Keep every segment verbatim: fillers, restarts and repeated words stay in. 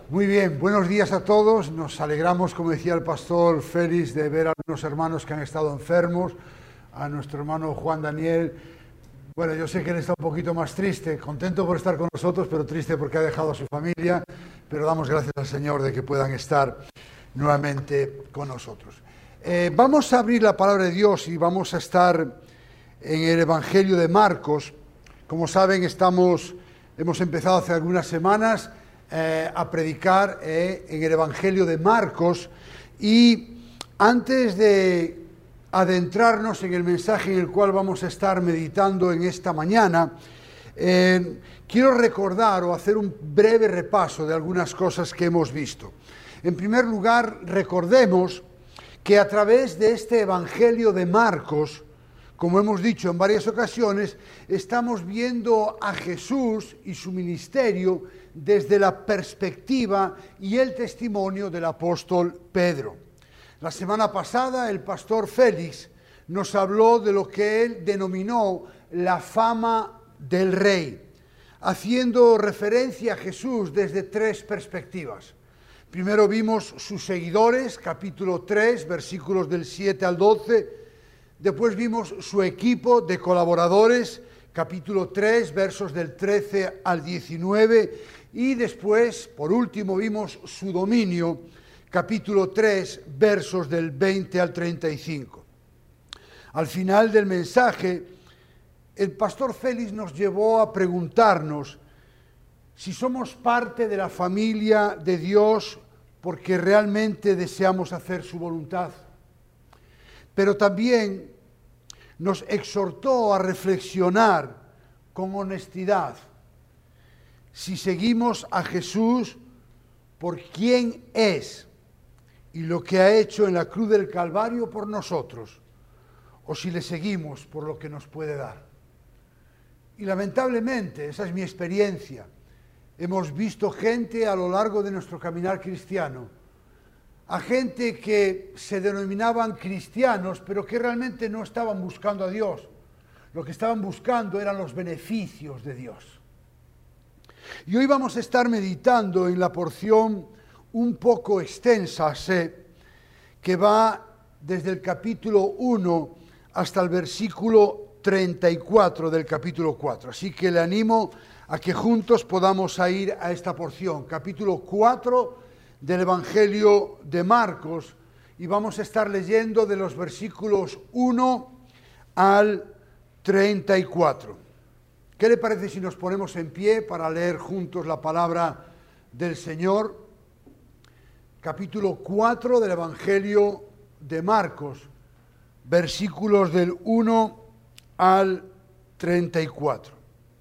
Muy bien, buenos días a todos. Nos alegramos, como decía el pastor Félix, de ver a algunos hermanos que han estado enfermos, a nuestro hermano Juan Daniel. Bueno, yo sé que él está un poquito más triste, contento por estar con nosotros, pero triste porque ha dejado a su familia, pero damos gracias al Señor de que puedan estar nuevamente con nosotros. Eh, vamos a abrir la palabra de Dios y vamos a estar en el Evangelio de Marcos. Como saben, estamos, hemos empezado hace algunas semanas Eh, a predicar eh, en el Evangelio de Marcos, y antes de adentrarnos en el mensaje en el cual vamos a estar meditando en esta mañana, eh, quiero recordar o hacer un breve repaso de algunas cosas que hemos visto. En primer lugar, recordemos que a través de este Evangelio de Marcos, como hemos dicho en varias ocasiones, estamos viendo a Jesús y su ministerio desde la perspectiva y el testimonio del apóstol Pedro. La semana pasada el pastor Félix nos habló de lo que él denominó la fama del rey, haciendo referencia a Jesús desde tres perspectivas. Primero vimos sus seguidores, capítulo tres, versículos del siete al doce. Después vimos su equipo de colaboradores, capítulo tres, versos del trece al diecinueve. Y después, por último, vimos su dominio, capítulo tres, versos del veinte al treinta y cinco. Al final del mensaje, el pastor Félix nos llevó a preguntarnos si somos parte de la familia de Dios porque realmente deseamos hacer su voluntad. Pero también nos exhortó a reflexionar con honestidad si seguimos a Jesús por quién es y lo que ha hecho en la cruz del Calvario por nosotros, o si le seguimos por lo que nos puede dar. Y lamentablemente, esa es mi experiencia, hemos visto gente a lo largo de nuestro caminar cristiano, a gente que se denominaban cristianos, pero que realmente no estaban buscando a Dios. Lo que estaban buscando eran los beneficios de Dios. Y hoy vamos a estar meditando en la porción un poco extensa, sé, que va desde el capítulo uno hasta el versículo treinta y cuatro del capítulo cuatro. Así que le animo a que juntos podamos ir a esta porción, capítulo cuatro del Evangelio de Marcos, y vamos a estar leyendo de los versículos uno al treinta y cuatro. ¿Qué le parece si nos ponemos en pie para leer juntos la palabra del Señor? Capítulo cuatro del Evangelio de Marcos, versículos del uno al treinta y cuatro.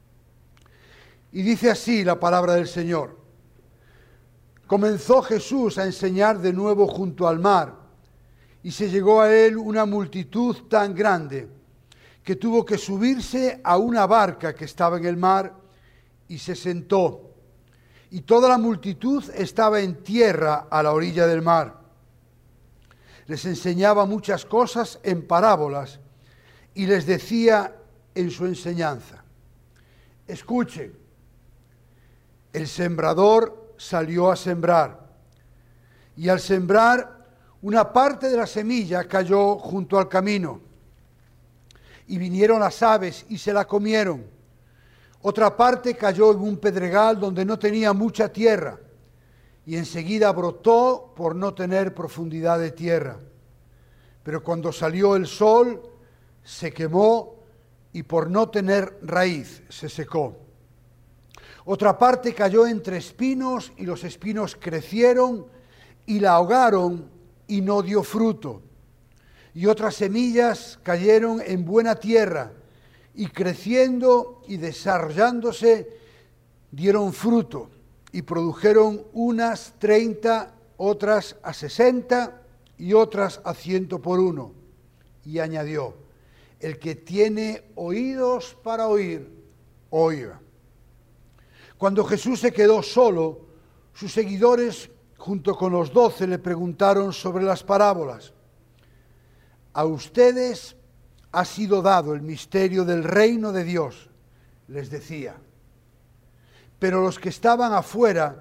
Y dice así la palabra del Señor. Comenzó Jesús a enseñar de nuevo junto al mar, y se llegó a él una multitud tan grande que tuvo que subirse a una barca que estaba en el mar, y se sentó. Y toda la multitud estaba en tierra a la orilla del mar. Les enseñaba muchas cosas en parábolas, y les decía en su enseñanza: escuchen, el sembrador salió a sembrar, y al sembrar una parte de la semilla cayó junto al camino, y vinieron las aves y se la comieron. Otra parte cayó en un pedregal donde no tenía mucha tierra, y enseguida brotó por no tener profundidad de tierra. Pero cuando salió el sol, se quemó, y por no tener raíz se secó. Otra parte cayó entre espinos, y los espinos crecieron y la ahogaron, y no dio fruto. Y otras semillas cayeron en buena tierra, y creciendo y desarrollándose dieron fruto, y produjeron unas treinta, otras a sesenta, y otras a ciento por uno. Y añadió: el que tiene oídos para oír, oiga. Cuando Jesús se quedó solo, sus seguidores, junto con los doce, le preguntaron sobre las parábolas. A ustedes ha sido dado el misterio del reino de Dios, les decía. Pero los que estaban afuera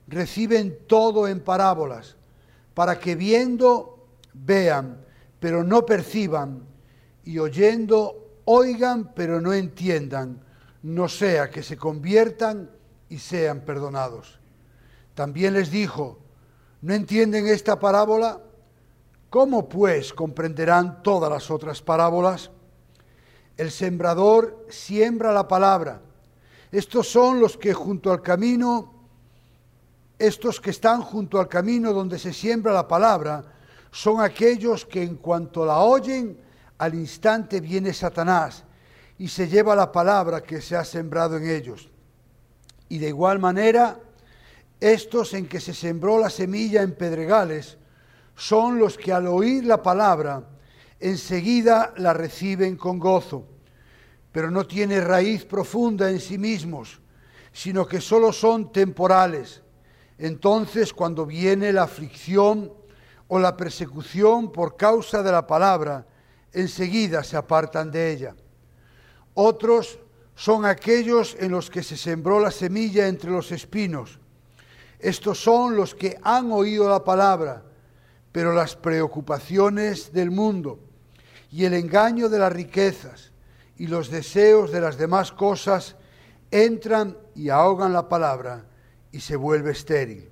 reciben todo en parábolas, para que viendo vean, pero no perciban, y oyendo oigan, pero no entiendan, no sea que se conviertan y sean perdonados. También les dijo: ¿no entienden esta parábola? ¿Cómo pues comprenderán todas las otras parábolas? El sembrador siembra la palabra. Estos son los que junto al camino, estos que están junto al camino donde se siembra la palabra, son aquellos que en cuanto la oyen, al instante viene Satanás y se lleva la palabra que se ha sembrado en ellos. Y de igual manera, estos en que se sembró la semilla en pedregales, son los que al oír la palabra, enseguida la reciben con gozo, pero no tiene raíz profunda en sí mismos, sino que solo son temporales. Entonces, cuando viene la aflicción o la persecución por causa de la palabra, enseguida se apartan de ella. Otros son aquellos en los que se sembró la semilla entre los espinos. Estos son los que han oído la palabra, pero las preocupaciones del mundo y el engaño de las riquezas y los deseos de las demás cosas entran y ahogan la palabra y se vuelve estéril.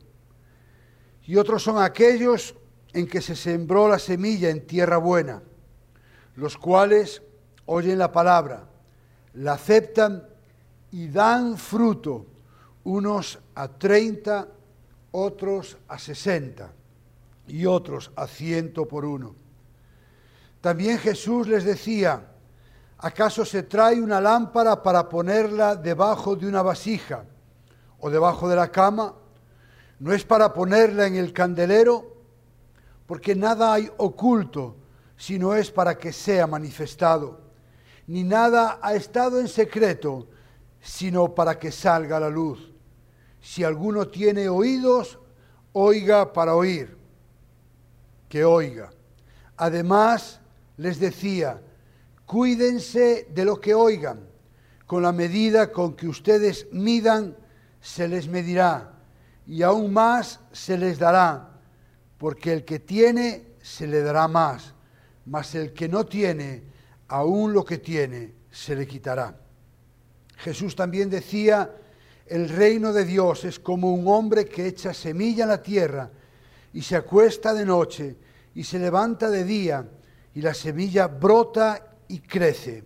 Y otros son aquellos en que se sembró la semilla en tierra buena, los cuales oyen la palabra, la aceptan y dan fruto, unos a treinta, otros a sesenta y otros a ciento por uno. También Jesús les decía: ¿acaso se trae una lámpara para ponerla debajo de una vasija o debajo de la cama? ¿No es para ponerla en el candelero? Porque nada hay oculto, sino es para que sea manifestado. Ni nada ha estado en secreto, sino para que salga a la luz. Si alguno tiene oídos, oiga para oír. Que oiga. Además, les decía: cuídense de lo que oigan. Con la medida con que ustedes midan, se les medirá, y aún más se les dará, porque el que tiene, se le dará más, mas el que no tiene, aún lo que tiene, se le quitará. Jesús también decía: el reino de Dios es como un hombre que echa semilla en la tierra, y se acuesta de noche, y se levanta de día, y la semilla brota y crece.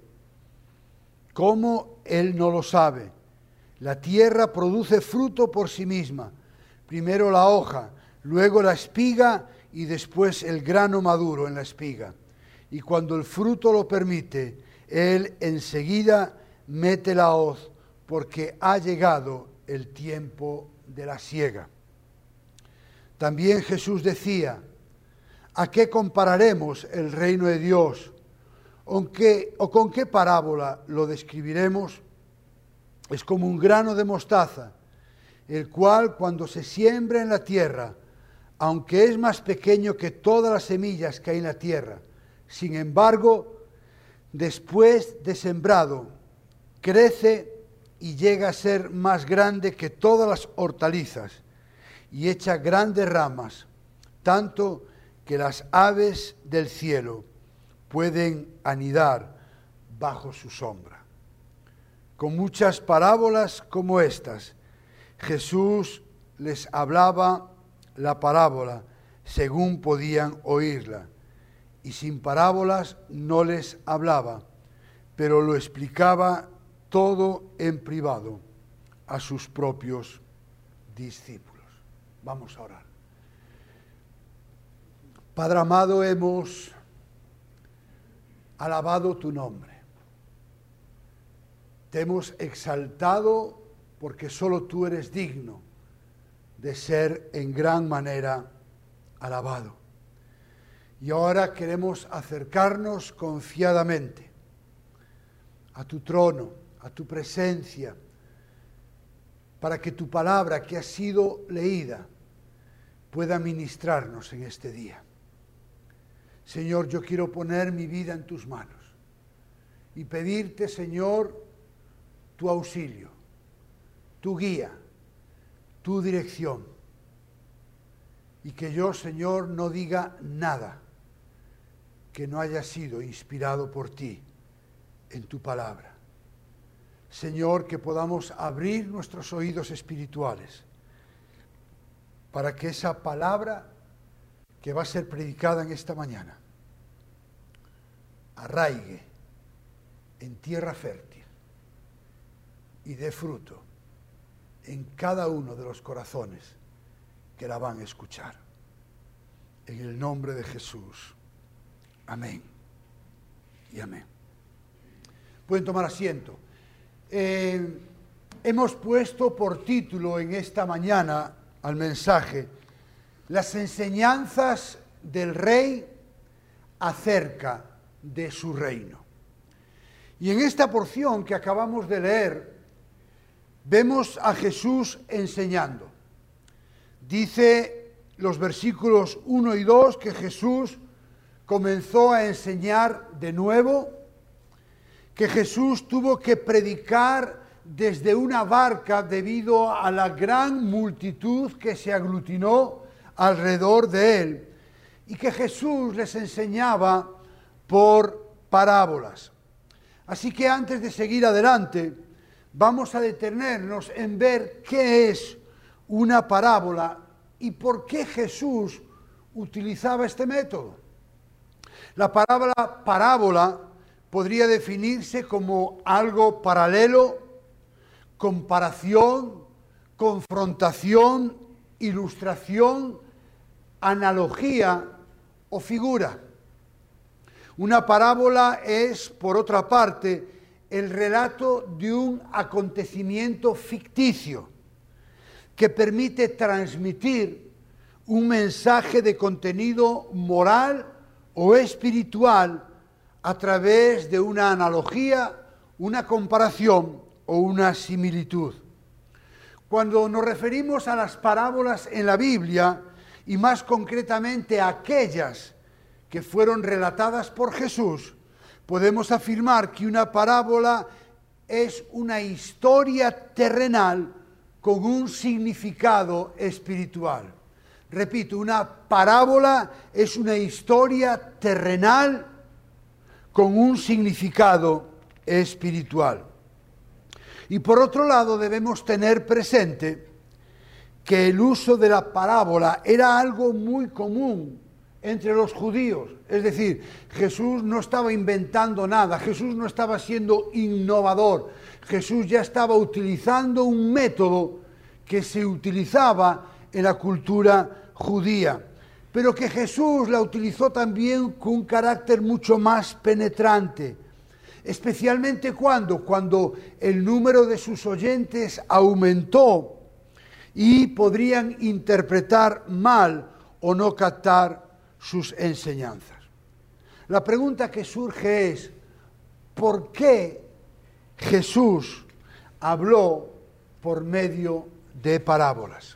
¿Cómo? Él no lo sabe. La tierra produce fruto por sí misma, primero la hoja, luego la espiga y después el grano maduro en la espiga. Y cuando el fruto lo permite, él enseguida mete la hoz, porque ha llegado el tiempo de la siega. También Jesús decía: ¿a qué compararemos el reino de Dios? ¿O, qué, o con qué parábola lo describiremos? Es como un grano de mostaza, el cual cuando se siembra en la tierra, aunque es más pequeño que todas las semillas que hay en la tierra, sin embargo, después de sembrado, crece y llega a ser más grande que todas las hortalizas y echa grandes ramas, tanto que las aves del cielo pueden anidar bajo su sombra. Con muchas parábolas como estas, Jesús les hablaba la parábola según podían oírla, y sin parábolas no les hablaba, pero lo explicaba todo en privado a sus propios discípulos. Vamos a orar. Padre amado, hemos alabado tu nombre. Te hemos exaltado porque solo tú eres digno de ser en gran manera alabado. Y ahora queremos acercarnos confiadamente a tu trono, a tu presencia, para que tu palabra que ha sido leída pueda ministrarnos en este día. Señor, yo quiero poner mi vida en tus manos y pedirte, Señor, tu auxilio, tu guía, tu dirección. y que yo, Señor, no diga nada que no haya sido inspirado por ti en tu palabra. Señor, que podamos abrir nuestros oídos espirituales para que esa palabra que va a ser predicada en esta mañana arraigue en tierra fértil y dé fruto en cada uno de los corazones que la van a escuchar. En el nombre de Jesús. Amén y amén. Pueden tomar asiento. Eh, hemos puesto por título en esta mañana al mensaje las enseñanzas del Rey acerca de su reino. Y en esta porción que acabamos de leer, vemos a Jesús enseñando. Dice los versículos uno y dos que Jesús comenzó a enseñar de nuevo, que Jesús tuvo que predicar desde una barca debido a la gran multitud que se aglutinó alrededor de él, y que Jesús les enseñaba por parábolas. Así que antes de seguir adelante, vamos a detenernos en ver qué es una parábola y por qué Jesús utilizaba este método. La palabra parábola podría definirse como algo paralelo, comparación, confrontación, ilustración, analogía o figura. Una parábola es, por otra parte, el relato de un acontecimiento ficticio que permite transmitir un mensaje de contenido moral o espiritual a través de una analogía, una comparación o una similitud. Cuando nos referimos a las parábolas en la Biblia, y más concretamente a aquellas que fueron relatadas por Jesús, podemos afirmar que una parábola es una historia terrenal con un significado espiritual. Repito, una parábola es una historia terrenal con un significado espiritual. Y por otro lado debemos tener presente que el uso de la parábola era algo muy común entre los judíos. Es decir, Jesús no estaba inventando nada, Jesús no estaba siendo innovador, Jesús ya estaba utilizando un método que se utilizaba en la cultura judía, pero que Jesús la utilizó también con un carácter mucho más penetrante, especialmente cuando, cuando el número de sus oyentes aumentó y podrían interpretar mal o no captar sus enseñanzas. La pregunta que surge es, ¿por qué Jesús habló por medio de parábolas?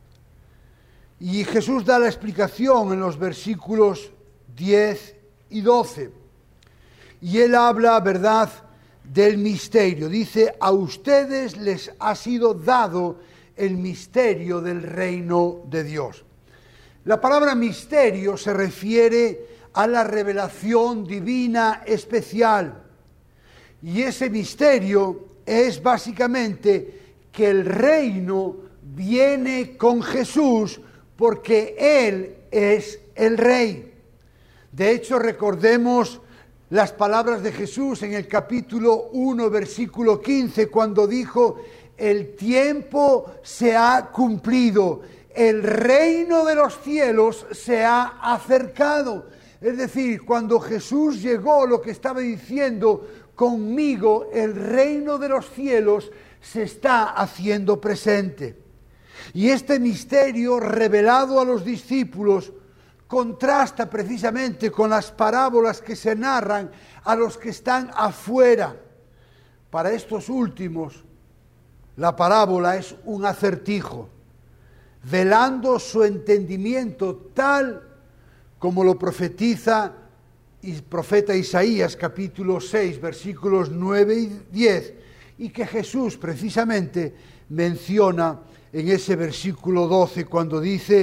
Y Jesús da la explicación en los versículos diez y doce. Y él habla, ¿verdad?, del misterio. Dice, a ustedes les ha sido dado el misterio del reino de Dios. La palabra misterio se refiere a la revelación divina especial. Y ese misterio es básicamente que el reino viene con Jesús porque Él es el Rey. De hecho, recordemos las palabras de Jesús en el capítulo uno, versículo quince, cuando dijo, el tiempo se ha cumplido, el reino de los cielos se ha acercado. Es decir, cuando Jesús llegó, lo que estaba diciendo, conmigo el reino de los cielos se está haciendo presente. Y este misterio revelado a los discípulos contrasta precisamente con las parábolas que se narran a los que están afuera. Para estos últimos, la parábola es un acertijo, velando su entendimiento tal como lo profetiza el profeta Isaías, capítulo seis, versículos nueve y diez, y que Jesús precisamente menciona en ese versículo doce, cuando dice,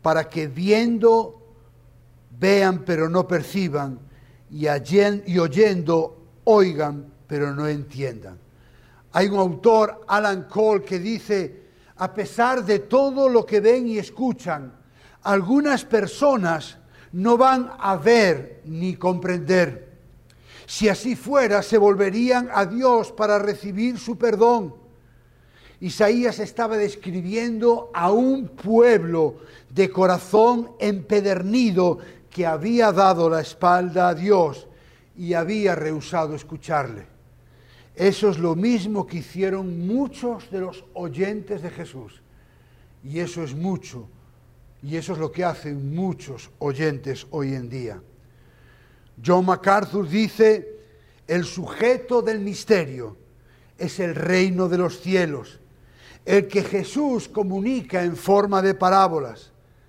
para que viendo, vean pero no perciban, y, y oyendo, oigan pero no entiendan. Hay un autor, Alan Cole, que dice: a pesar de todo lo que ven y escuchan, algunas personas no van a ver ni comprender. Si así fuera, se volverían a Dios para recibir su perdón. Isaías estaba describiendo a un pueblo de corazón empedernido que había dado la espalda a Dios y había rehusado escucharle. Eso es lo mismo que hicieron muchos de los oyentes de Jesús. Y eso es mucho. Y eso es lo que hacen muchos oyentes hoy en día. John MacArthur dice: el sujeto del misterio es el reino de los cielos, el que Jesús comunica en forma de parábolas.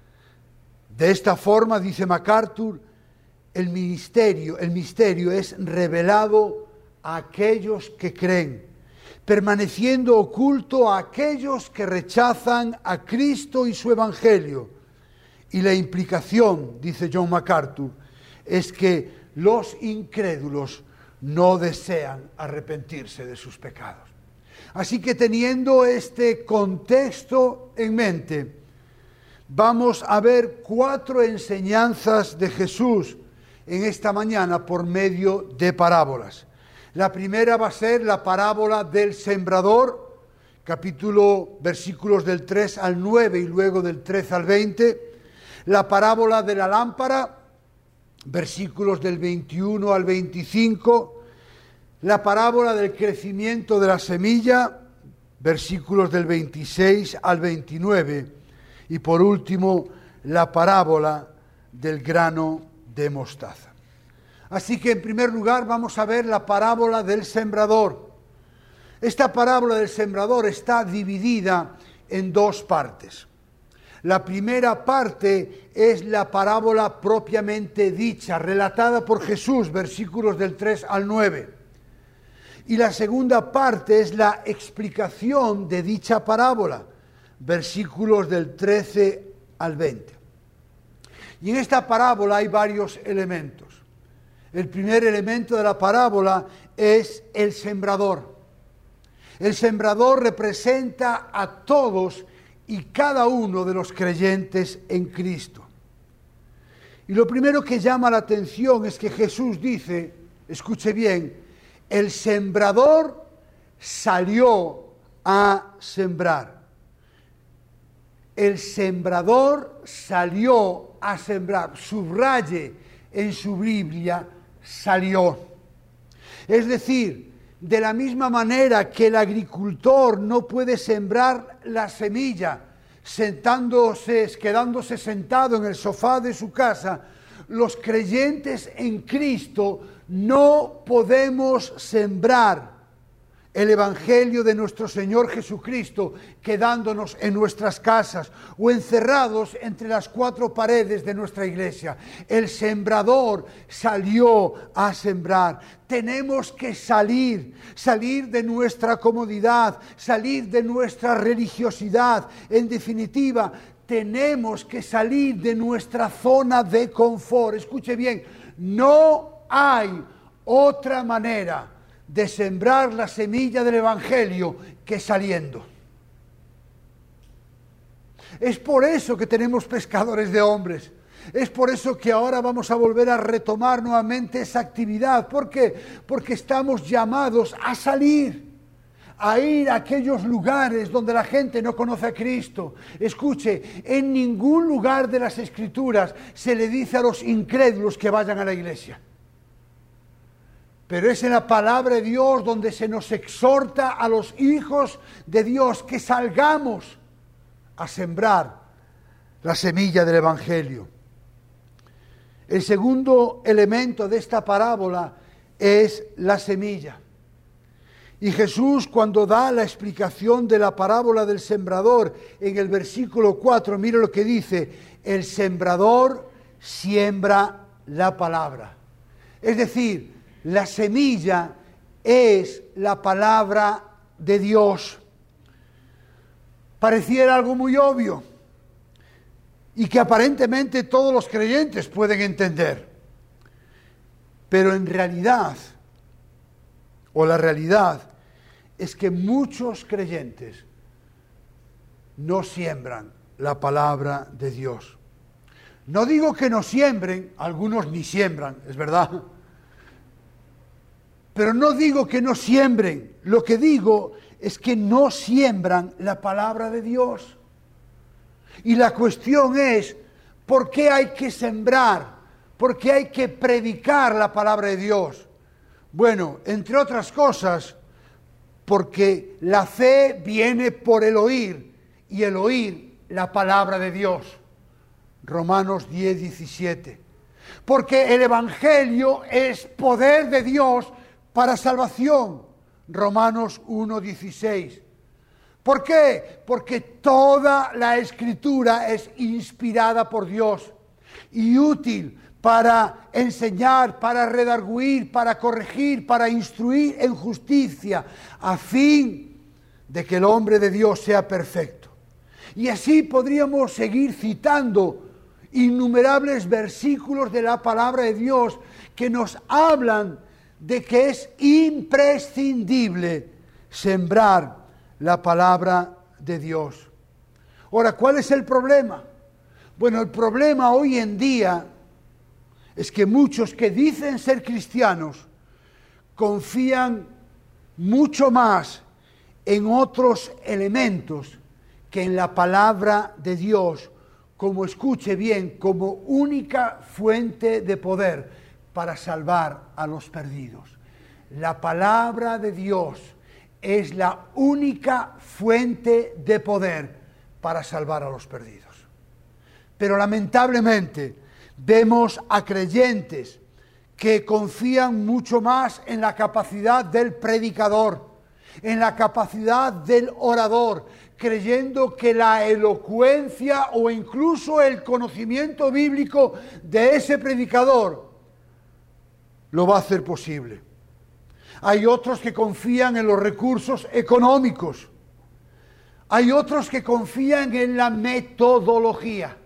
De esta forma, dice MacArthur, el misterio, el misterio es revelado a aquellos que creen, permaneciendo oculto a aquellos que rechazan a Cristo y su Evangelio. Y la implicación, dice John MacArthur, es que los incrédulos no desean arrepentirse de sus pecados. Así que, teniendo este contexto en mente, vamos a ver cuatro enseñanzas de Jesús en esta mañana por medio de parábolas. La primera va a ser la parábola del sembrador, capítulo, versículos del tres al nueve y luego del trece al veinte. La parábola de la lámpara, versículos del veintiuno al veinticinco. La parábola del crecimiento de la semilla, versículos del veintiséis al veintinueve. Y por último, la parábola del grano de mostaza. Así que, en primer lugar, vamos a ver la parábola del sembrador. Esta parábola del sembrador está dividida en dos partes. La primera parte es la parábola propiamente dicha, relatada por Jesús, versículos del tres al nueve. Y la segunda parte es la explicación de dicha parábola, versículos del trece al veinte. Y en esta parábola hay varios elementos. El primer elemento de la parábola es el sembrador. El sembrador representa a todos y cada uno de los creyentes en Cristo. Y lo primero que llama la atención es que Jesús dice, escuche bien, el sembrador salió a sembrar. El sembrador salió a sembrar. Subraye en su Biblia, salió. Es decir, de la misma manera que el agricultor no puede sembrar la semilla sentándose, quedándose sentado en el sofá de su casa, los creyentes en Cristo no podemos sembrar el Evangelio de nuestro Señor Jesucristo quedándonos en nuestras casas o encerrados entre las cuatro paredes de nuestra iglesia. El sembrador salió a sembrar. Tenemos que salir, salir de nuestra comodidad, salir de nuestra religiosidad. En definitiva, tenemos que salir de nuestra zona de confort. Escuche bien, no hay otra manera de sembrar la semilla del Evangelio que saliendo. Es por eso que tenemos pescadores de hombres. Es por eso que ahora vamos a volver a retomar nuevamente esa actividad. ¿Por qué? Porque estamos llamados a salir, a ir a aquellos lugares donde la gente no conoce a Cristo. Escuche, en ningún lugar de las Escrituras se le dice a los incrédulos que vayan a la iglesia. Pero es en la palabra de Dios donde se nos exhorta a los hijos de Dios que salgamos a sembrar la semilla del Evangelio. El segundo elemento de esta parábola es la semilla. Y Jesús, cuando da la explicación de la parábola del sembrador en el versículo cuatro, mire lo que dice: el sembrador siembra la palabra. Es decir, la semilla es la palabra de Dios. Pareciera algo muy obvio, y que aparentemente todos los creyentes pueden entender. Pero en realidad, o la realidad, es que muchos creyentes no siembran la palabra de Dios. No digo que no siembren, algunos ni siembran, es verdad. Pero no digo que no siembren, lo que digo es que no siembran la palabra de Dios. Y la cuestión es, ¿por qué hay que sembrar? ¿Por qué hay que predicar la palabra de Dios? Bueno, entre otras cosas, porque la fe viene por el oír, y el oír la palabra de Dios. Romanos diez, diecisiete. Porque el Evangelio es poder de Dios para salvación. Romanos uno, dieciséis. ¿Por qué? Porque toda la Escritura es inspirada por Dios y útil para enseñar, para redarguir, para corregir, para instruir en justicia, a fin de que el hombre de Dios sea perfecto. Y así podríamos seguir citando innumerables versículos de la palabra de Dios que nos hablan de que es imprescindible sembrar la palabra de Dios. Ahora, ¿cuál es el problema? Bueno, el problema hoy en día es que muchos que dicen ser cristianos confían mucho más en otros elementos que en la palabra de Dios, como escuche bien, como única fuente de poder para salvar a los perdidos. La palabra de Dios es la única fuente de poder para salvar a los perdidos. Pero lamentablemente vemos a creyentes que confían mucho más en la capacidad del predicador, en la capacidad del orador, creyendo que la elocuencia o incluso el conocimiento bíblico de ese predicador lo va a hacer posible. Hay otros que confían en los recursos económicos. Hay otros que confían en la metodología.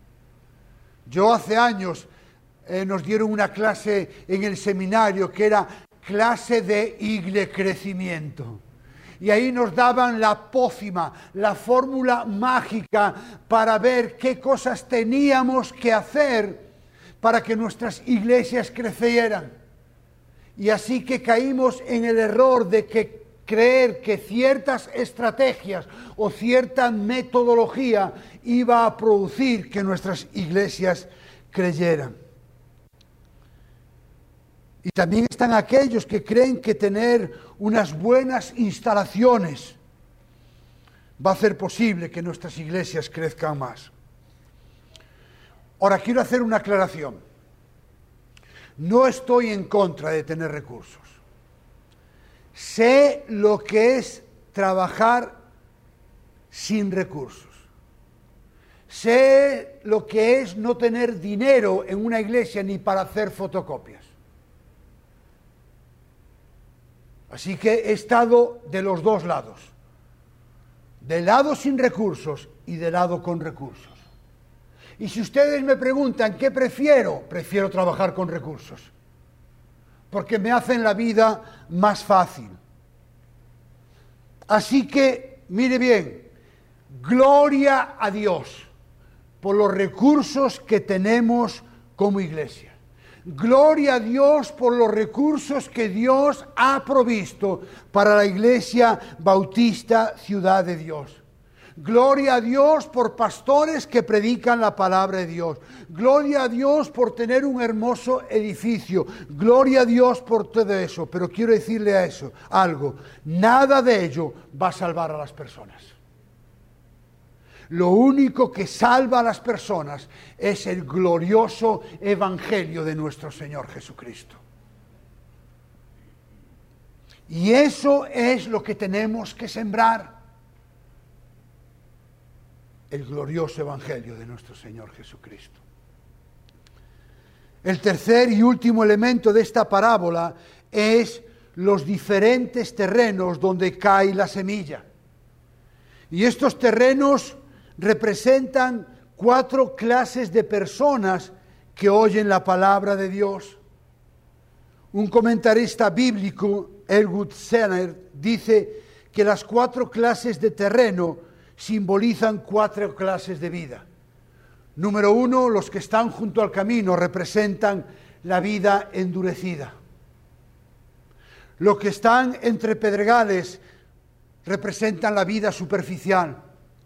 Yo hace años eh, nos dieron una clase en el seminario que era clase de iglecrecimiento. Y ahí nos daban la pócima, la fórmula mágica para ver qué cosas teníamos que hacer para que nuestras iglesias crecieran. Y así que caímos en el error de que creer que ciertas estrategias o cierta metodología iba a producir que nuestras iglesias creyeran. Y también están aquellos que creen que tener unas buenas instalaciones va a hacer posible que nuestras iglesias crezcan más. Ahora, quiero hacer una aclaración. No estoy en contra de tener recursos. Sé lo que es trabajar sin recursos. Sé lo que es no tener dinero en una iglesia ni para hacer fotocopias. Así que he estado de los dos lados. Del lado sin recursos y del lado con recursos. Y si ustedes me preguntan qué prefiero, prefiero trabajar con recursos. Porque me hacen la vida más fácil. Así que, mire bien, gloria a Dios por los recursos que tenemos como iglesia. Gloria a Dios por los recursos que Dios ha provisto para la Iglesia Bautista Ciudad de Dios. Gloria a Dios por pastores que predican la palabra de Dios. Gloria a Dios por tener un hermoso edificio. Gloria a Dios por todo eso. Pero quiero decirle a eso algo. Nada de ello va a salvar a las personas. Lo único que salva a las personas es el glorioso evangelio de nuestro Señor Jesucristo. Y eso es lo que tenemos que sembrar. El glorioso evangelio de nuestro Señor Jesucristo. El tercer y último elemento de esta parábola es los diferentes terrenos donde cae la semilla. Y estos terrenos representan cuatro clases de personas que oyen la palabra de Dios. Un comentarista bíblico, Elwood Senner, dice que las cuatro clases de terreno simbolizan cuatro clases de vida. Número uno, los que están junto al camino representan la vida endurecida. Los que están entre pedregales representan la vida superficial.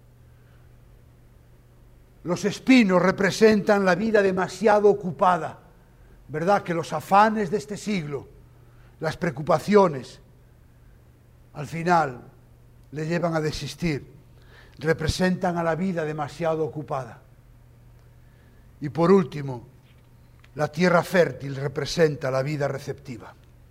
Los espinos representan la vida demasiado ocupada, ¿verdad? Que los afanes de este siglo, las preocupaciones, al final le llevan a desistir. Representan a la vida demasiado ocupada. Y por último, la tierra fértil representa la vida receptiva.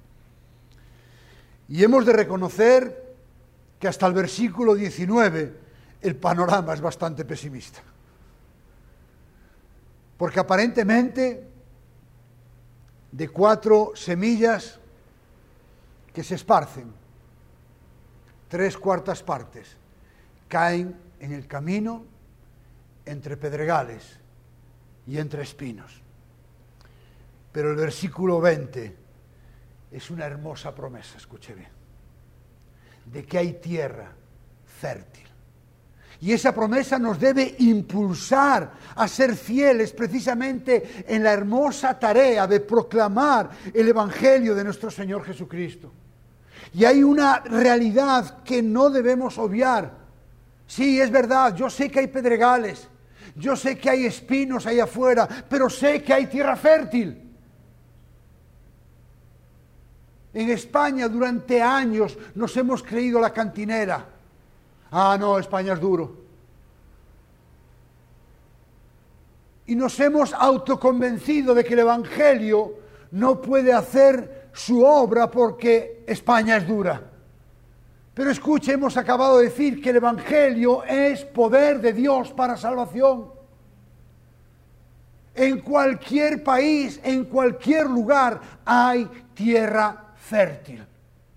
Y hemos de reconocer que hasta el versículo diecinueve el panorama es bastante pesimista. Porque aparentemente de cuatro semillas que se esparcen, tres cuartas partes caen en el camino entre pedregales y entre espinos. Pero el versículo veinte es una hermosa promesa, escuche bien, de que hay tierra fértil. Y esa promesa nos debe impulsar a ser fieles precisamente en la hermosa tarea de proclamar el Evangelio de nuestro Señor Jesucristo. Y hay una realidad que no debemos obviar. Sí, es verdad, yo sé que hay pedregales, yo sé que hay espinos ahí afuera, pero sé que hay tierra fértil. En España durante años nos hemos creído la cantinera. Ah, no, España es duro. Y nos hemos autoconvencido de que el Evangelio no puede hacer su obra porque España es dura. Pero escuche, hemos acabado de decir que el Evangelio es poder de Dios para salvación. En cualquier país, en cualquier lugar, hay tierra fértil.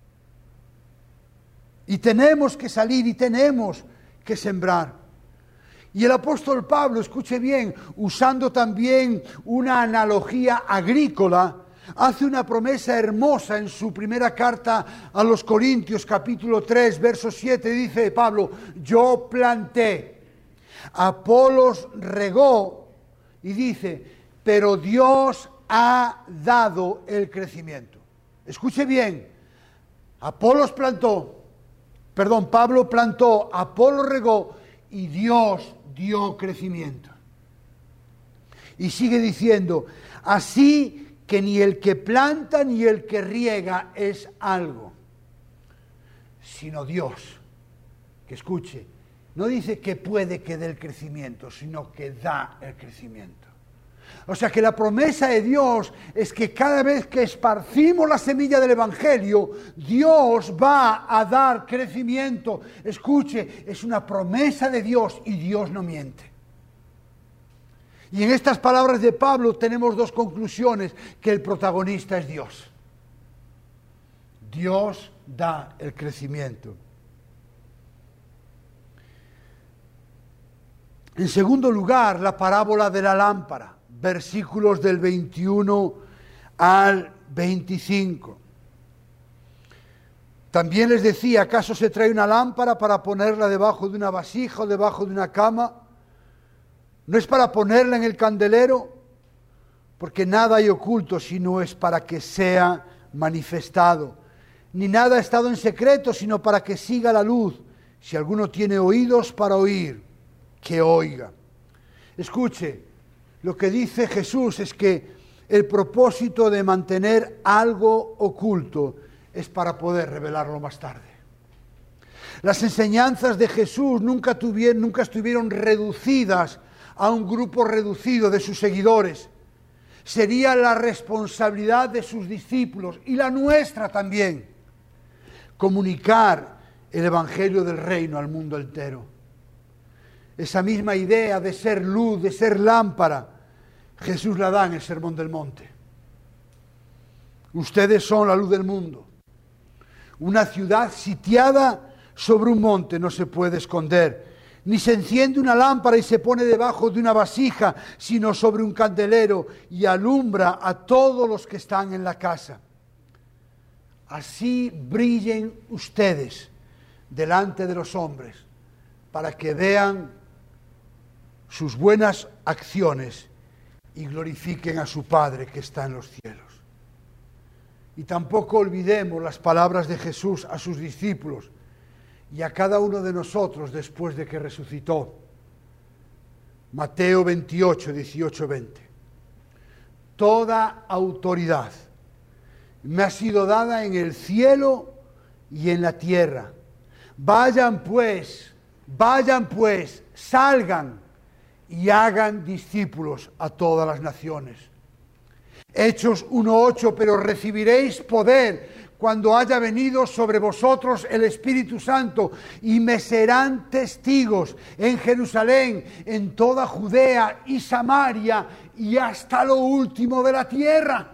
Y tenemos que salir y tenemos que sembrar. Y el apóstol Pablo, escuche bien, usando también una analogía agrícola, hace una promesa hermosa en su primera carta a los Corintios, capítulo tres, verso siete, dice Pablo: yo planté, Apolos regó, y dice, pero Dios ha dado el crecimiento. Escuche bien, Apolos plantó, Perdón, Pablo plantó, Apolo regó y Dios dio crecimiento. Y sigue diciendo, así que ni el que planta ni el que riega es algo, sino Dios. Que escuche, no dice que puede que dé el crecimiento, sino que da el crecimiento. O sea que la promesa de Dios es que cada vez que esparcimos la semilla del Evangelio, Dios va a dar crecimiento. Escuche, es una promesa de Dios y Dios no miente. Y en estas palabras de Pablo tenemos dos conclusiones, que el protagonista es Dios. Dios da el crecimiento. En segundo lugar, la parábola de la lámpara. Versículos del veintiuno al veinticinco. También les decía, ¿acaso se trae una lámpara para ponerla debajo de una vasija o debajo de una cama? ¿No es para ponerla en el candelero? Porque nada hay oculto, sino es para que sea manifestado. Ni nada ha estado en secreto, sino para que siga la luz. Si alguno tiene oídos para oír, que oiga. Escuche, lo que dice Jesús es que el propósito de mantener algo oculto es para poder revelarlo más tarde. Las enseñanzas de Jesús nunca tuvieron, nunca estuvieron reducidas a un grupo reducido de sus seguidores. Sería la responsabilidad de sus discípulos y la nuestra también, comunicar el Evangelio del Reino al mundo entero. Esa misma idea de ser luz, de ser lámpara, Jesús la da en el Sermón del Monte. Ustedes son la luz del mundo. Una ciudad sitiada sobre un monte no se puede esconder, ni se enciende una lámpara y se pone debajo de una vasija, sino sobre un candelero y alumbra a todos los que están en la casa. Así brillen ustedes delante de los hombres, para que vean sus buenas acciones y glorifiquen a su Padre que está en los cielos. Y tampoco olvidemos las palabras de Jesús a sus discípulos y a cada uno de nosotros después de que resucitó. Mateo veintiocho, dieciocho, veinte. Toda autoridad me ha sido dada en el cielo y en la tierra. Vayan pues, vayan pues, salgan y hagan discípulos a todas las naciones. Hechos uno ocho, pero recibiréis poder cuando haya venido sobre vosotros el Espíritu Santo, y me serán testigos en Jerusalén, en toda Judea y Samaria, y hasta lo último de la tierra.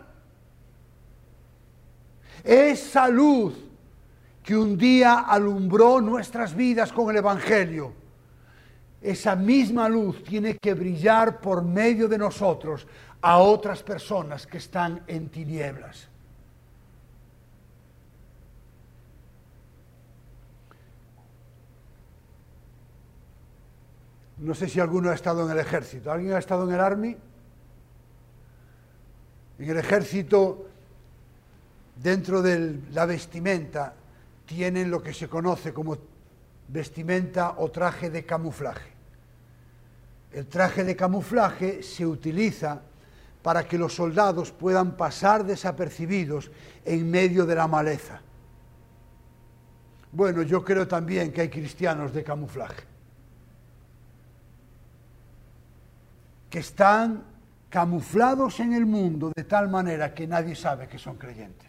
Esa luz que un día alumbró nuestras vidas con el Evangelio, esa misma luz tiene que brillar por medio de nosotros a otras personas que están en tinieblas. No sé si alguno ha estado en el ejército. ¿Alguien ha estado en el Army? En el ejército, dentro de la vestimenta, tienen lo que se conoce como vestimenta o traje de camuflaje. El traje de camuflaje se utiliza para que los soldados puedan pasar desapercibidos en medio de la maleza. Bueno, yo creo también que hay cristianos de camuflaje, que están camuflados en el mundo de tal manera que nadie sabe que son creyentes.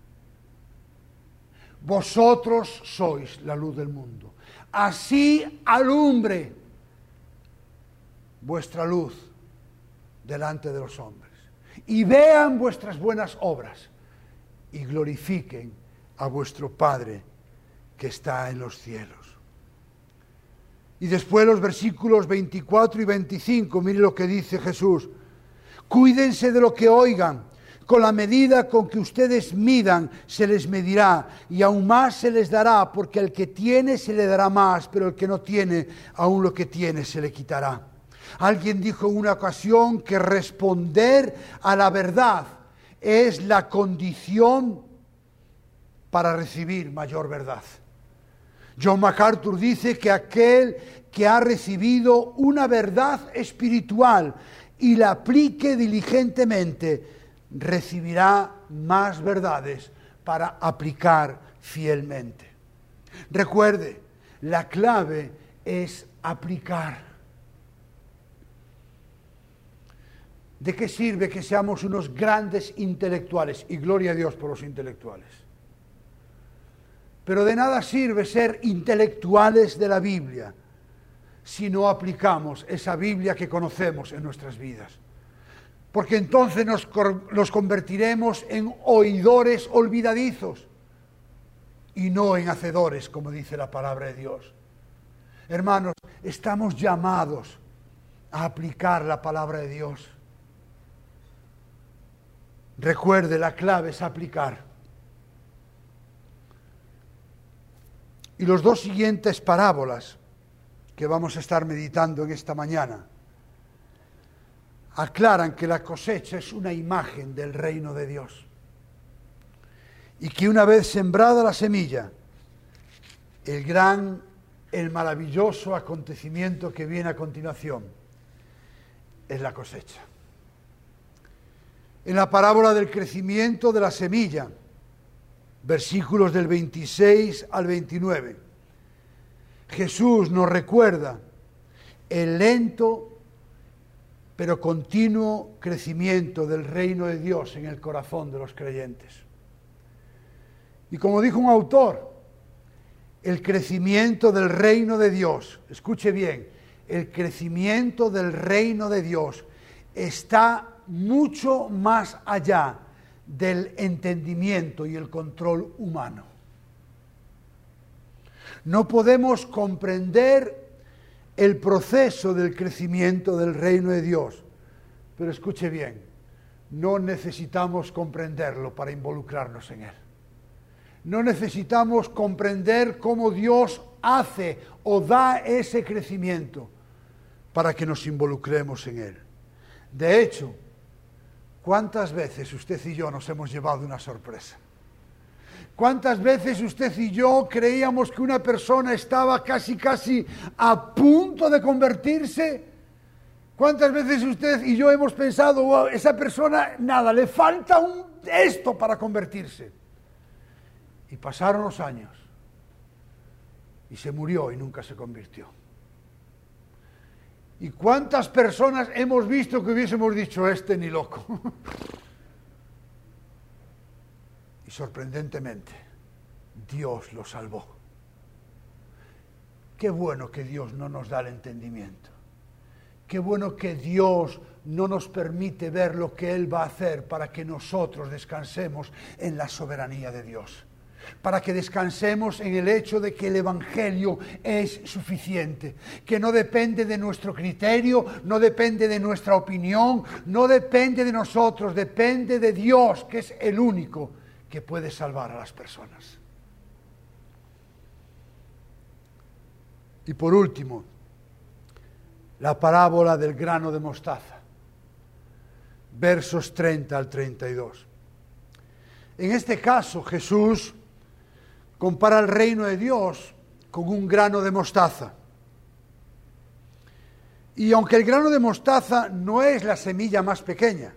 Vosotros sois la luz del mundo. Así alumbre vuestra luz delante de los hombres, y vean vuestras buenas obras y glorifiquen a vuestro Padre que está en los cielos. Y después los versículos veinticuatro y veinticinco, mire lo que dice Jesús: cuídense de lo que oigan, con la medida con que ustedes midan se les medirá, y aún más se les dará, porque al que tiene se le dará más, pero el que no tiene, aún lo que tiene se le quitará. Alguien dijo en una ocasión que responder a la verdad es la condición para recibir mayor verdad. John MacArthur dice que aquel que ha recibido una verdad espiritual y la aplique diligentemente, recibirá más verdades para aplicar fielmente. Recuerde, la clave es aplicar. ¿De qué sirve que seamos unos grandes intelectuales? Y gloria a Dios por los intelectuales. Pero de nada sirve ser intelectuales de la Biblia si no aplicamos esa Biblia que conocemos en nuestras vidas. Porque entonces nos, nos convertiremos en oidores olvidadizos y no en hacedores, como dice la palabra de Dios. Hermanos, estamos llamados a aplicar la palabra de Dios. Recuerde, la clave es aplicar. Y los dos siguientes parábolas que vamos a estar meditando en esta mañana aclaran que la cosecha es una imagen del reino de Dios. Y que una vez sembrada la semilla, el gran, el maravilloso acontecimiento que viene a continuación es la cosecha. En la parábola del crecimiento de la semilla, versículos del veintiséis al veintinueve, Jesús nos recuerda el lento pero continuo crecimiento del reino de Dios en el corazón de los creyentes. Y como dijo un autor, el crecimiento del reino de Dios, escuche bien, el crecimiento del reino de Dios está mucho más allá del entendimiento y el control humano. No podemos comprender el proceso del crecimiento del reino de Dios. Pero escuche bien, no necesitamos comprenderlo para involucrarnos en él. No necesitamos comprender cómo Dios hace o da ese crecimiento para que nos involucremos en él. De hecho, ¿cuántas veces usted y yo nos hemos llevado una sorpresa? ¿Cuántas veces usted y yo creíamos que una persona estaba casi, casi a punto de convertirse? ¿Cuántas veces usted y yo hemos pensado, wow, esa persona, nada, le falta un esto para convertirse? Y pasaron los años y se murió y nunca se convirtió. ¿Y cuántas personas hemos visto que hubiésemos dicho, este ni loco? Y sorprendentemente, Dios lo salvó. Qué bueno que Dios no nos da el entendimiento. Qué bueno que Dios no nos permite ver lo que Él va a hacer para que nosotros descansemos en la soberanía de Dios. Para que descansemos en el hecho de que el Evangelio es suficiente, que no depende de nuestro criterio, no depende de nuestra opinión, no depende de nosotros, depende de Dios, que es el único que puede salvar a las personas. Y por último, la parábola del grano de mostaza, versos treinta al treinta y dos. En este caso, Jesús compara el reino de Dios con un grano de mostaza. Y aunque el grano de mostaza no es la semilla más pequeña,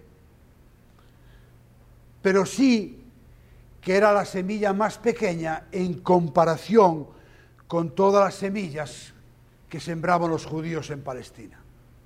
pero sí que era la semilla más pequeña en comparación con todas las semillas que sembraban los judíos en Palestina.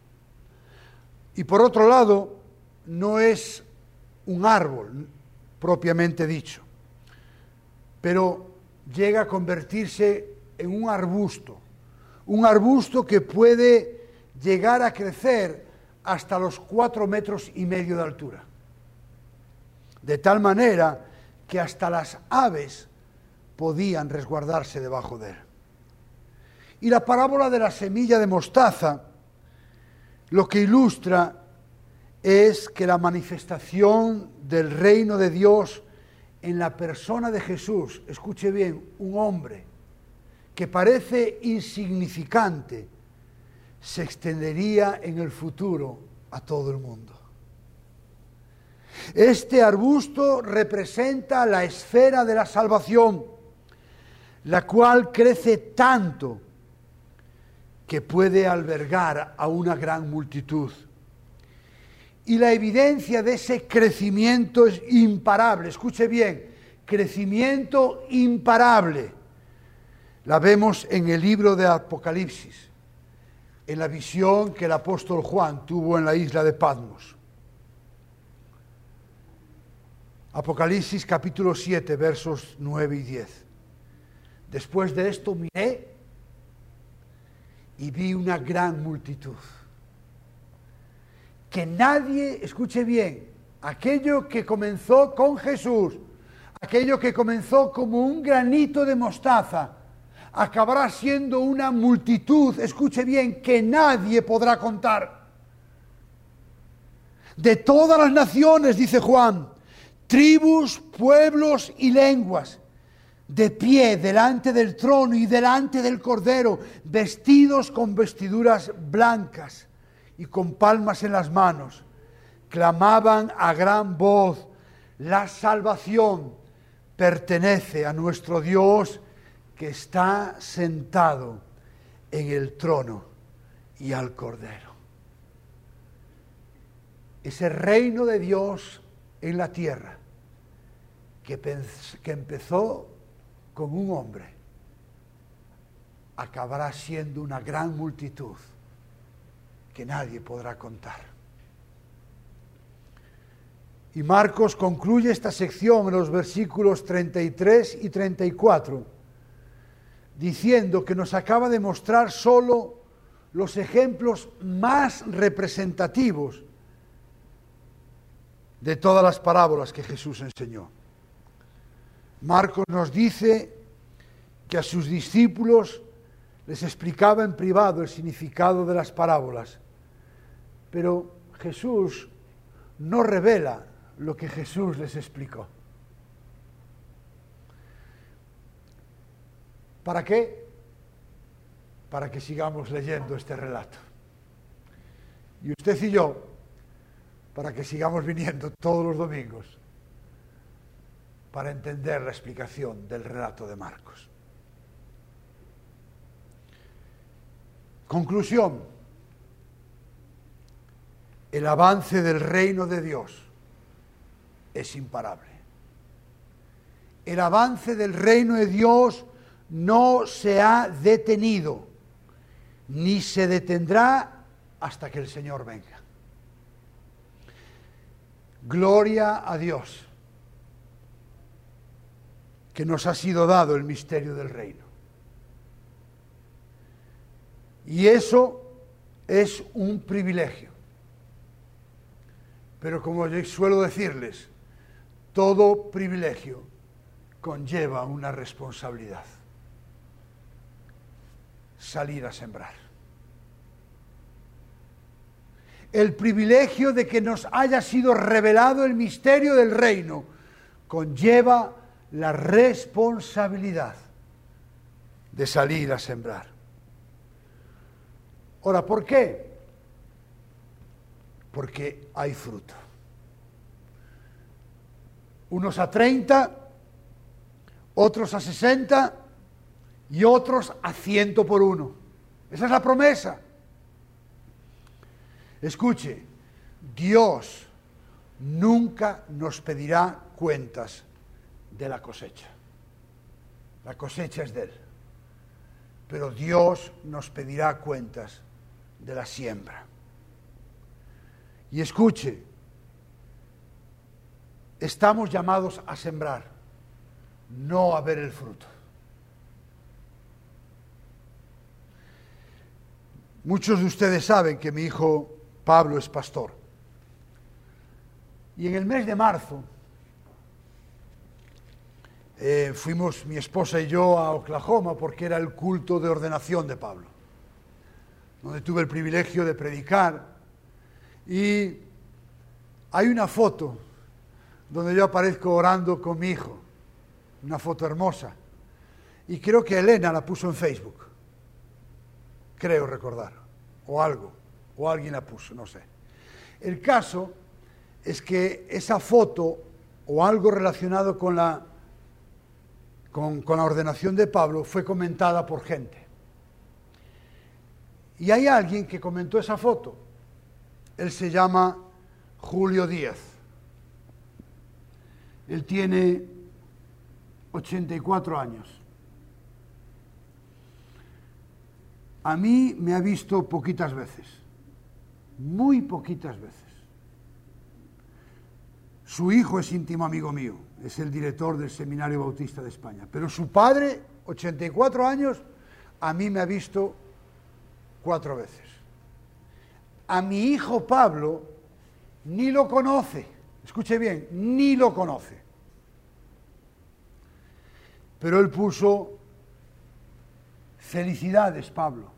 Y por otro lado, no es un árbol propiamente dicho, pero llega a convertirse en un arbusto, un arbusto que puede llegar a crecer hasta los cuatro metros y medio de altura, de tal manera que hasta las aves podían resguardarse debajo de él. Y la parábola de la semilla de mostaza lo que ilustra es que la manifestación del reino de Dios en la persona de Jesús, escuche bien, un hombre que parece insignificante, se extendería en el futuro a todo el mundo. Este arbusto representa la esfera de la salvación, la cual crece tanto que puede albergar a una gran multitud. Y la evidencia de ese crecimiento es imparable. Escuche bien, crecimiento imparable. La vemos en el libro de Apocalipsis, en la visión que el apóstol Juan tuvo en la isla de Patmos. Apocalipsis capítulo siete, versos nueve y diez. Después de esto miré y vi una gran multitud, que nadie, escuche bien, aquello que comenzó con Jesús, aquello que comenzó como un granito de mostaza, acabará siendo una multitud, escuche bien, que nadie podrá contar. De todas las naciones, dice Juan, tribus, pueblos y lenguas, de pie delante del trono y delante del Cordero, vestidos con vestiduras blancas y con palmas en las manos, clamaban a gran voz: la salvación pertenece a nuestro Dios, que está sentado en el trono y al Cordero. Ese reino de Dios en la tierra, que, pens- que empezó con un hombre, acabará siendo una gran multitud que nadie podrá contar. Y Marcos concluye esta sección en los versículos treinta y tres y treinta y cuatro, diciendo que nos acaba de mostrar solo los ejemplos más representativos de todas las parábolas que Jesús enseñó. Marcos nos dice que a sus discípulos les explicaba en privado el significado de las parábolas, pero Jesús no revela lo que Jesús les explicó. ¿Para qué? Para que sigamos leyendo este relato. Y usted y yo, para que sigamos viniendo todos los domingos para entender la explicación del relato de Marcos. Conclusión. El avance del reino de Dios es imparable. El avance del reino de Dios no se ha detenido, ni se detendrá hasta que el Señor venga. Gloria a Dios, que nos ha sido dado el misterio del reino. Y eso es un privilegio. Pero como yo suelo decirles, todo privilegio conlleva una responsabilidad. Salir a sembrar. El privilegio de que nos haya sido revelado el misterio del reino conlleva la responsabilidad de salir a sembrar. Ahora, ¿por qué? Porque hay fruto. Unos a treinta, otros a sesenta y otros a ciento por uno. Esa es la promesa. Escuche, Dios nunca nos pedirá cuentas de la cosecha. La cosecha es de Él. Pero Dios nos pedirá cuentas de la siembra. Y escuche, estamos llamados a sembrar, no a ver el fruto. Muchos de ustedes saben que mi hijo Pablo es pastor. Y en el mes de marzo eh, fuimos mi esposa y yo a Oklahoma porque era el culto de ordenación de Pablo, donde tuve el privilegio de predicar. Y hay una foto donde yo aparezco orando con mi hijo, una foto hermosa. Y creo que Elena la puso en Facebook, creo recordar, o algo, o alguien la puso, no sé. El caso es que esa foto, o algo relacionado con la, con, con la ordenación de Pablo, fue comentada por gente. Y hay alguien que comentó esa foto. Él se llama Julio Díaz. Él tiene ochenta y cuatro años. A mí me ha visto poquitas veces, muy poquitas veces. Su hijo es íntimo amigo mío, es el director del Seminario Bautista de España. Pero su padre, ochenta y cuatro años, a mí me ha visto cuatro veces. A mi hijo Pablo ni lo conoce, escuche bien, ni lo conoce. Pero él puso: felicidades, Pablo,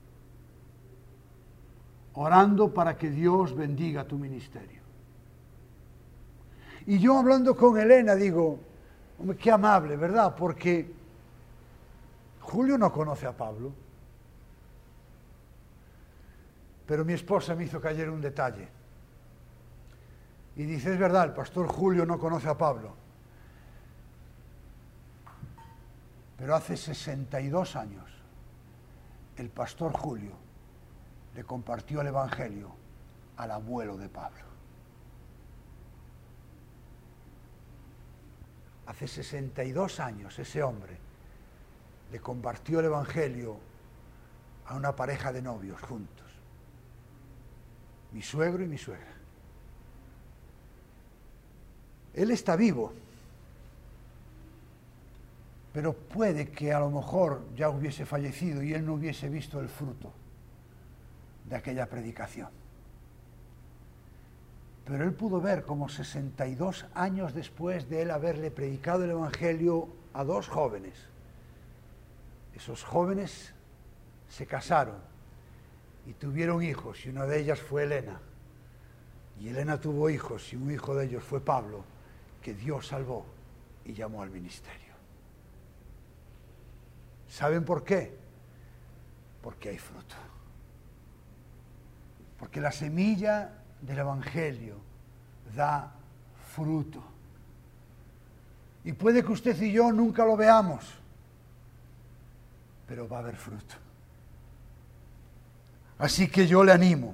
orando para que Dios bendiga tu ministerio. Y yo hablando con Elena digo, hombre, qué amable, ¿verdad? Porque Julio no conoce a Pablo. Pero mi esposa me hizo caer un detalle. Y dice, es verdad, el pastor Julio no conoce a Pablo. Pero hace sesenta y dos años, el pastor Julio le compartió el Evangelio al abuelo de Pablo. Hace sesenta y dos años ese hombre le compartió el Evangelio a una pareja de novios juntos. Mi suegro y mi suegra. Él está vivo, pero puede que a lo mejor ya hubiese fallecido y él no hubiese visto el fruto de aquella predicación. Pero él pudo ver como sesenta y dos años después de él haberle predicado el Evangelio a dos jóvenes, esos jóvenes se casaron y tuvieron hijos, y una de ellas fue Elena. Y Elena tuvo hijos, y un hijo de ellos fue Pablo, que Dios salvó y llamó al ministerio. ¿Saben por qué? Porque hay fruto. Porque la semilla del Evangelio da fruto. Y puede que usted y yo nunca lo veamos, pero va a haber fruto. Así que yo le animo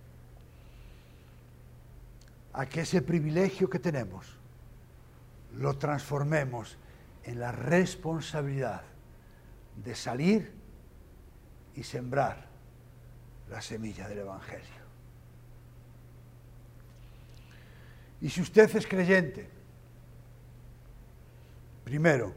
a que ese privilegio que tenemos lo transformemos en la responsabilidad de salir y sembrar la semilla del Evangelio. Y si usted es creyente, primero,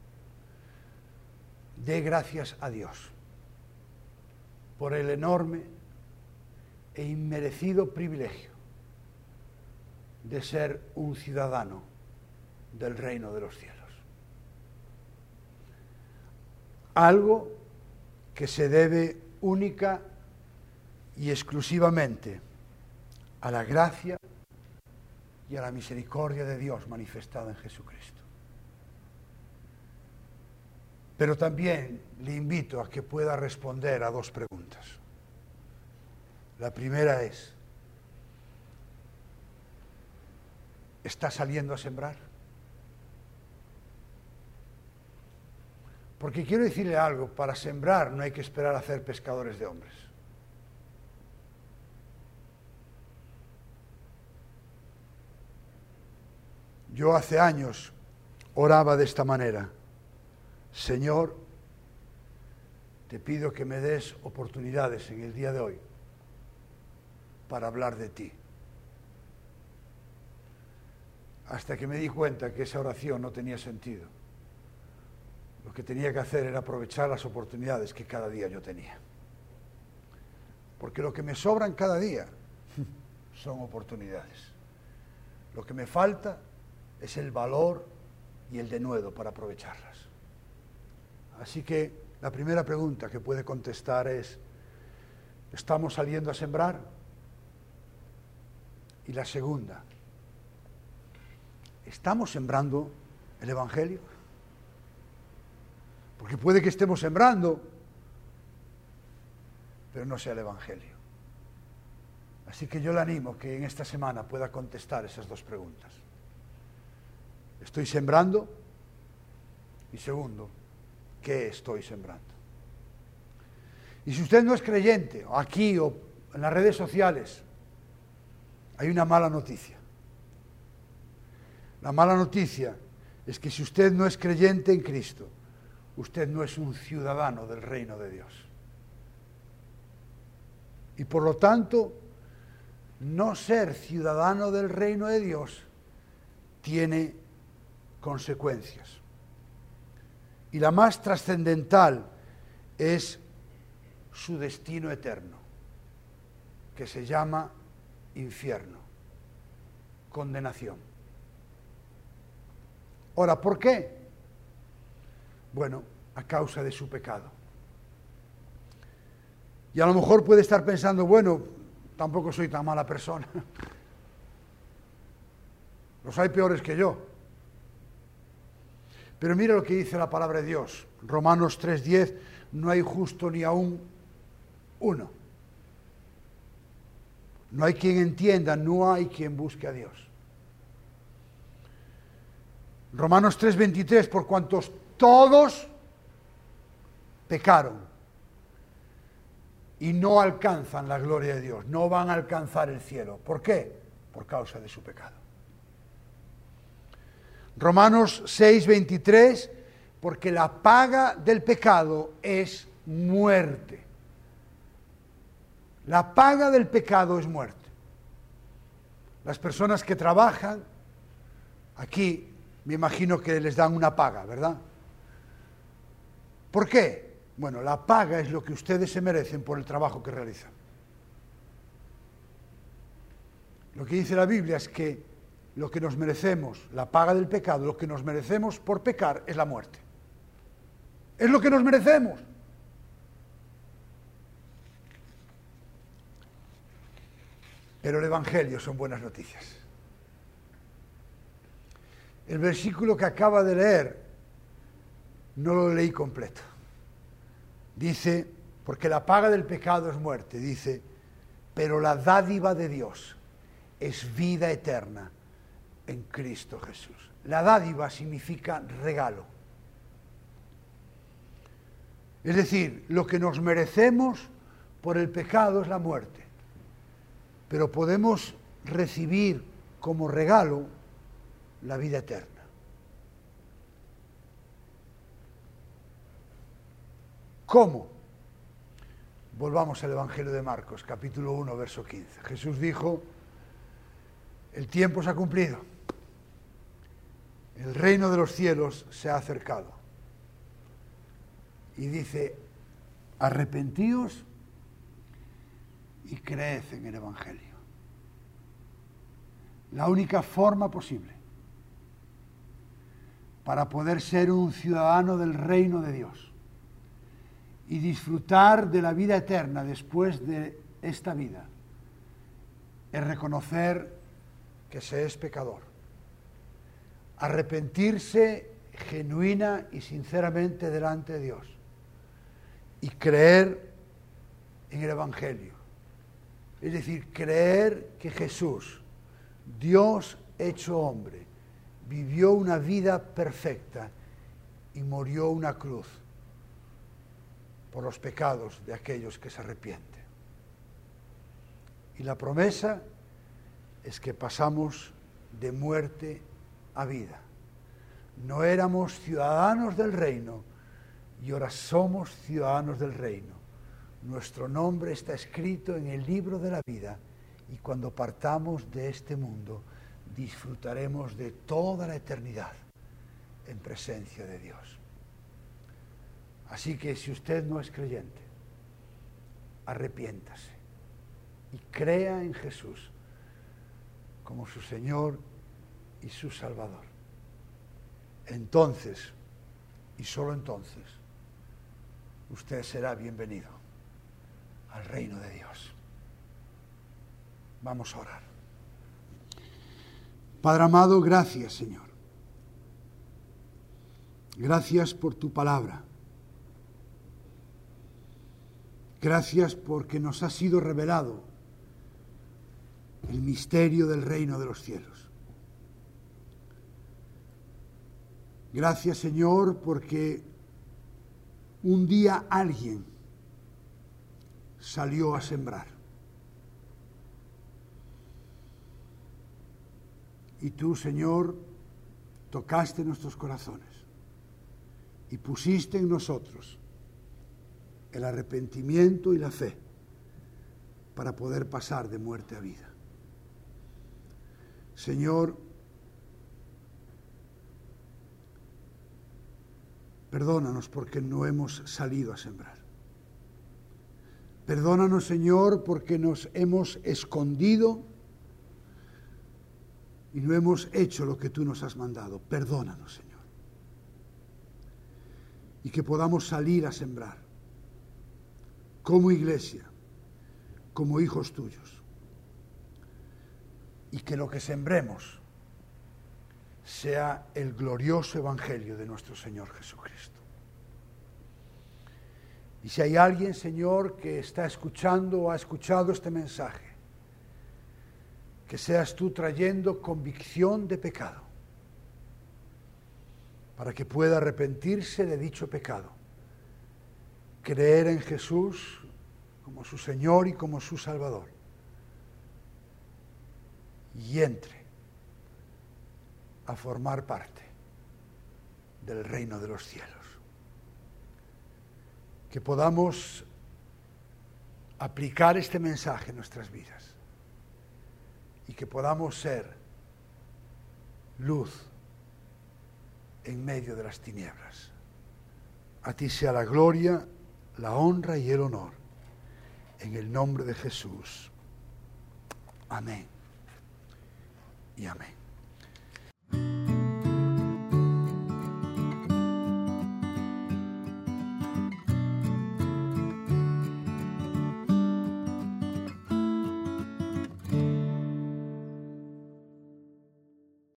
dé gracias a Dios por el enorme e inmerecido privilegio de ser un ciudadano del reino de los cielos. Algo que se debe única y exclusivamente a la gracia y a la misericordia de Dios manifestada en Jesucristo. Pero también le invito a que pueda responder a dos preguntas. La primera es, ¿está saliendo a sembrar? Porque quiero decirle algo, para sembrar no hay que esperar a ser pescadores de hombres. Yo hace años oraba de esta manera: Señor, te pido que me des oportunidades en el día de hoy para hablar de ti. Hasta que me di cuenta que esa oración no tenía sentido. Lo que tenía que hacer era aprovechar las oportunidades que cada día yo tenía. Porque lo que me sobran cada día son oportunidades. Lo que me falta es el valor y el denuedo para aprovecharlas. Así que la primera pregunta que puede contestar es, ¿estamos saliendo a sembrar? Y la segunda, ¿estamos sembrando el Evangelio? Porque puede que estemos sembrando, pero no sea el Evangelio. Así que yo le animo que en esta semana pueda contestar esas dos preguntas. ¿Estoy sembrando? Y segundo, ¿qué estoy sembrando? Y si usted no es creyente, aquí o en las redes sociales, hay una mala noticia. La mala noticia es que si usted no es creyente en Cristo, usted no es un ciudadano del reino de Dios. Y por lo tanto, no ser ciudadano del reino de Dios tiene consecuencias. Y la más trascendental es su destino eterno, que se llama infierno, condenación. Ahora, ¿por qué? Bueno, a causa de su pecado. Y a lo mejor puede estar pensando, bueno, tampoco soy tan mala persona. Los hay peores que yo. Pero mira lo que dice la palabra de Dios. Romanos tres diez, no hay justo ni aún uno. No hay quien entienda, no hay quien busque a Dios. Romanos tres veintitrés, por cuantos todos pecaron y no alcanzan la gloria de Dios, no van a alcanzar el cielo. ¿Por qué? Por causa de su pecado. Romanos seis veintitrés, porque la paga del pecado es muerte. La paga del pecado es muerte. Las personas que trabajan, aquí me imagino que les dan una paga, ¿verdad? ¿Por qué? Bueno, la paga es lo que ustedes se merecen por el trabajo que realizan. Lo que dice la Biblia es que lo que nos merecemos, la paga del pecado, lo que nos merecemos por pecar es la muerte. Es lo que nos merecemos. Pero el Evangelio son buenas noticias. El versículo que acaba de leer, no lo leí completo. Dice, porque la paga del pecado es muerte, dice, pero la dádiva de Dios es vida eterna en Cristo Jesús. La dádiva significa regalo. Es decir, lo que nos merecemos por el pecado es la muerte, pero podemos recibir como regalo la vida eterna. ¿Cómo? Volvamos al Evangelio de Marcos, capítulo uno, verso quince. Jesús dijo, el tiempo se ha cumplido, el reino de los cielos se ha acercado. Y dice, arrepentíos y creed en el Evangelio. La única forma posible para poder ser un ciudadano del reino de Dios y disfrutar de la vida eterna después de esta vida es reconocer que se es pecador, arrepentirse genuina y sinceramente delante de Dios y creer en el Evangelio. Es decir, creer que Jesús, Dios hecho hombre, vivió una vida perfecta y murió una cruz por los pecados de aquellos que se arrepienten. Y la promesa es que pasamos de muerte a vida. No éramos ciudadanos del reino y ahora somos ciudadanos del reino. Nuestro nombre está escrito en el libro de la vida y cuando partamos de este mundo disfrutaremos de toda la eternidad en presencia de Dios. Así que si usted no es creyente, arrepiéntase y crea en Jesús como su Señor y su Salvador. Entonces, y solo entonces, usted será bienvenido al reino de Dios. Vamos a orar. Padre amado, gracias, Señor. Gracias por tu palabra. Gracias porque nos ha sido revelado el misterio del reino de los cielos. Gracias, Señor, porque un día alguien salió a sembrar. Y tú, Señor, tocaste nuestros corazones y pusiste en nosotros el arrepentimiento y la fe para poder pasar de muerte a vida. Señor, perdónanos porque no hemos salido a sembrar. Perdónanos, Señor, porque nos hemos escondido y no hemos hecho lo que tú nos has mandado. Perdónanos, Señor. Y que podamos salir a sembrar como iglesia, como hijos tuyos. Y que lo que sembremos sea el glorioso evangelio de nuestro Señor Jesucristo. Y si hay alguien, Señor, que está escuchando o ha escuchado este mensaje, que seas tú trayendo convicción de pecado, para que pueda arrepentirse de dicho pecado, creer en Jesús como su Señor y como su Salvador, y entre a formar parte del reino de los cielos. Que podamos aplicar este mensaje en nuestras vidas y que podamos ser luz en medio de las tinieblas. A ti sea la gloria, la honra y el honor, en el nombre de Jesús. Amén y amén.